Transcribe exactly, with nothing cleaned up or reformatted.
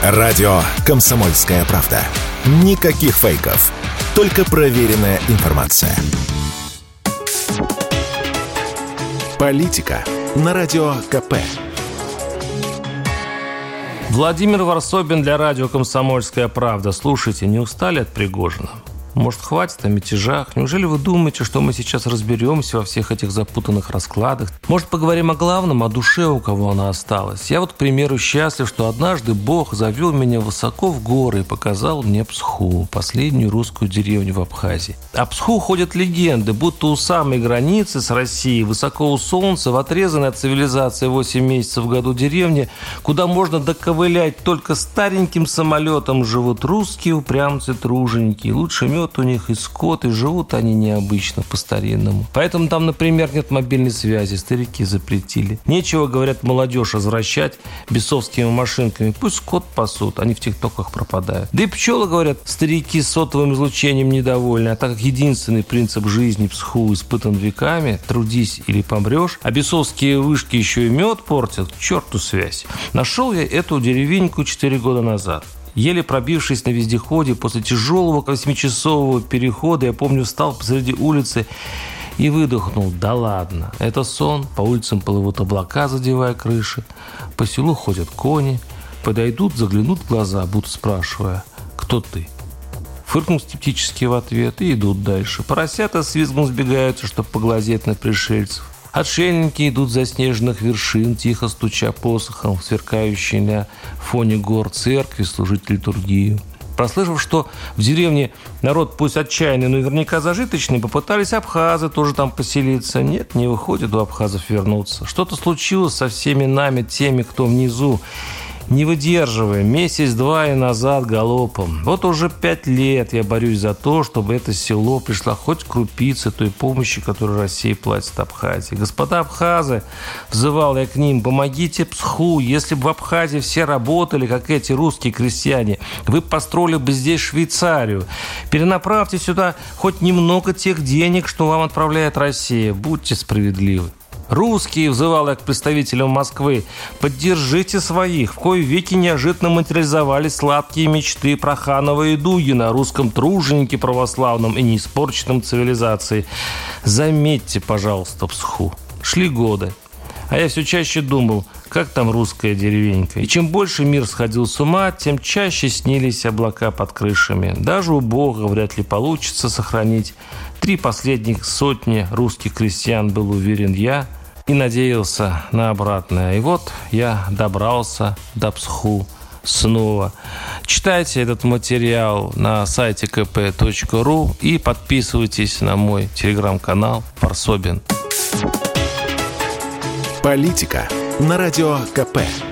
Радио «Комсомольская правда». Никаких фейков. Только проверенная информация. Политика на Радио КП. Владимир Варсобин для радио «Комсомольская правда». Слушайте, не устали от Пригожина? Может, хватит о мятежах? Неужели вы думаете, что мы сейчас разберемся во всех этих запутанных раскладах? Может, поговорим о главном, о душе, у кого она осталась? Я вот, к примеру, счастлив, что однажды Бог завел меня высоко в горы и показал мне Псху, последнюю русскую деревню в Абхазии. О Псху ходят легенды, будто у самой границы с Россией, высоко у солнца, в отрезанной от цивилизации восемь месяцев в году деревне, куда можно доковылять только стареньким самолетом, живут русские упрямцы-труженики. Лучше мед у них и скот, и живут они необычно, по-старинному. Поэтому там, например, нет мобильной связи, старики запретили. Нечего, говорят, молодежь возвращать бесовскими машинками. Пусть скот пасут, они в тиктоках пропадают. Да и пчелы, говорят, старики с сотовым излучением недовольны. А так как единственный принцип жизни Псху испытан веками, трудись или помрешь, а бесовские вышки еще и мед портят, к черту связь. Нашел я эту деревеньку четыре года назад. Еле пробившись на вездеходе после тяжелого восьмичасового перехода, я помню, встал посреди улицы и выдохнул. Да ладно, это сон. По улицам плывут облака, задевая крыши. По селу ходят кони. Подойдут, заглянут в глаза, будто спрашивая: кто ты? Фыркнул скептически в ответ и идут дальше. Поросята с визгом сбегаются, чтобы поглазеть на пришельцев. Отшельники идут с заснеженных вершин, тихо стуча посохом, сверкающей на фоне гор церкви, служить литургию. Прослышав, что в деревне народ пусть отчаянный, но наверняка зажиточный, попытались абхазы тоже там поселиться. Нет, не выходит у абхазов вернуться. Что-то случилось со всеми нами, теми, кто внизу. Не выдерживая, месяц-два и назад галопом. Вот уже пять лет я борюсь за то, чтобы это село пришла хоть крупица той помощи, которую Россия платит Абхазии. Господа абхазы, взывал я к ним, помогите Псху. Если бы в Абхазии все работали, как эти русские крестьяне, вы построили бы здесь Швейцарию. Перенаправьте сюда хоть немного тех денег, что вам отправляет Россия. Будьте справедливы. Русские, взывал я к представителям Москвы, поддержите своих. В кои веки неожиданно материализовались сладкие мечты Проханова и Дугина о русском труженике православном и неиспорченном цивилизацией. Заметьте, пожалуйста, Псху. Шли годы. А я все чаще думал, как там русская деревенька. И чем больше мир сходил с ума, тем чаще снились облака под крышами. Даже у Бога вряд ли получится сохранить три последних сотни русских крестьян, был уверен я, и надеялся на обратное. И вот я добрался до Псху снова. Читайте этот материал на сайте ка пэ точка ру и подписывайтесь на мой телеграм-канал Варсобин. Политика на Радио КП.